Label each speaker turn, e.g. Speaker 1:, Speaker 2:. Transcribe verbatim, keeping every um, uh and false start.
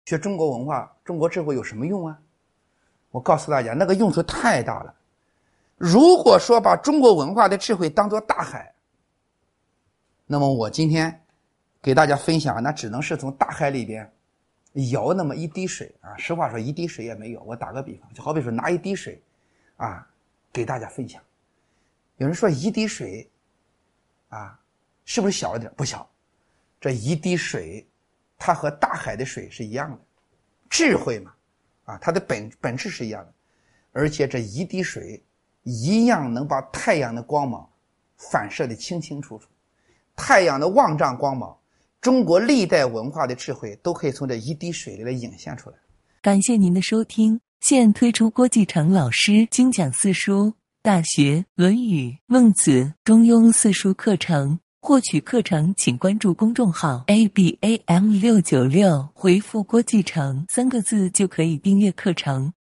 Speaker 1: 学中国文化、中国智慧有什么用啊？我告诉大家，那个用处太大了。如果说把中国文化的智慧当作大海，那么我今天给大家分享，那只能是从大海里边舀那么一滴水啊。实话说，一滴水也没有。我打个比方，就好比说拿一滴水啊，给大家分享。有人说一滴水啊，是不是小了点？不小。这一滴水，它和大海的水是一样的，智慧嘛，啊，它的本本质是一样的，而且这一滴水一样能把太阳的光芒反射得清清楚楚。太阳的万丈光芒，中国历代文化的智慧都可以从这一滴水里来涌现出来。
Speaker 2: 感谢您的收听，现推出郭继成老师精讲四书、大学、论语、孟子、中庸四书课程。获取课程请关注公众号 A B A M 六九六，回复郭继成三个字就可以订阅课程。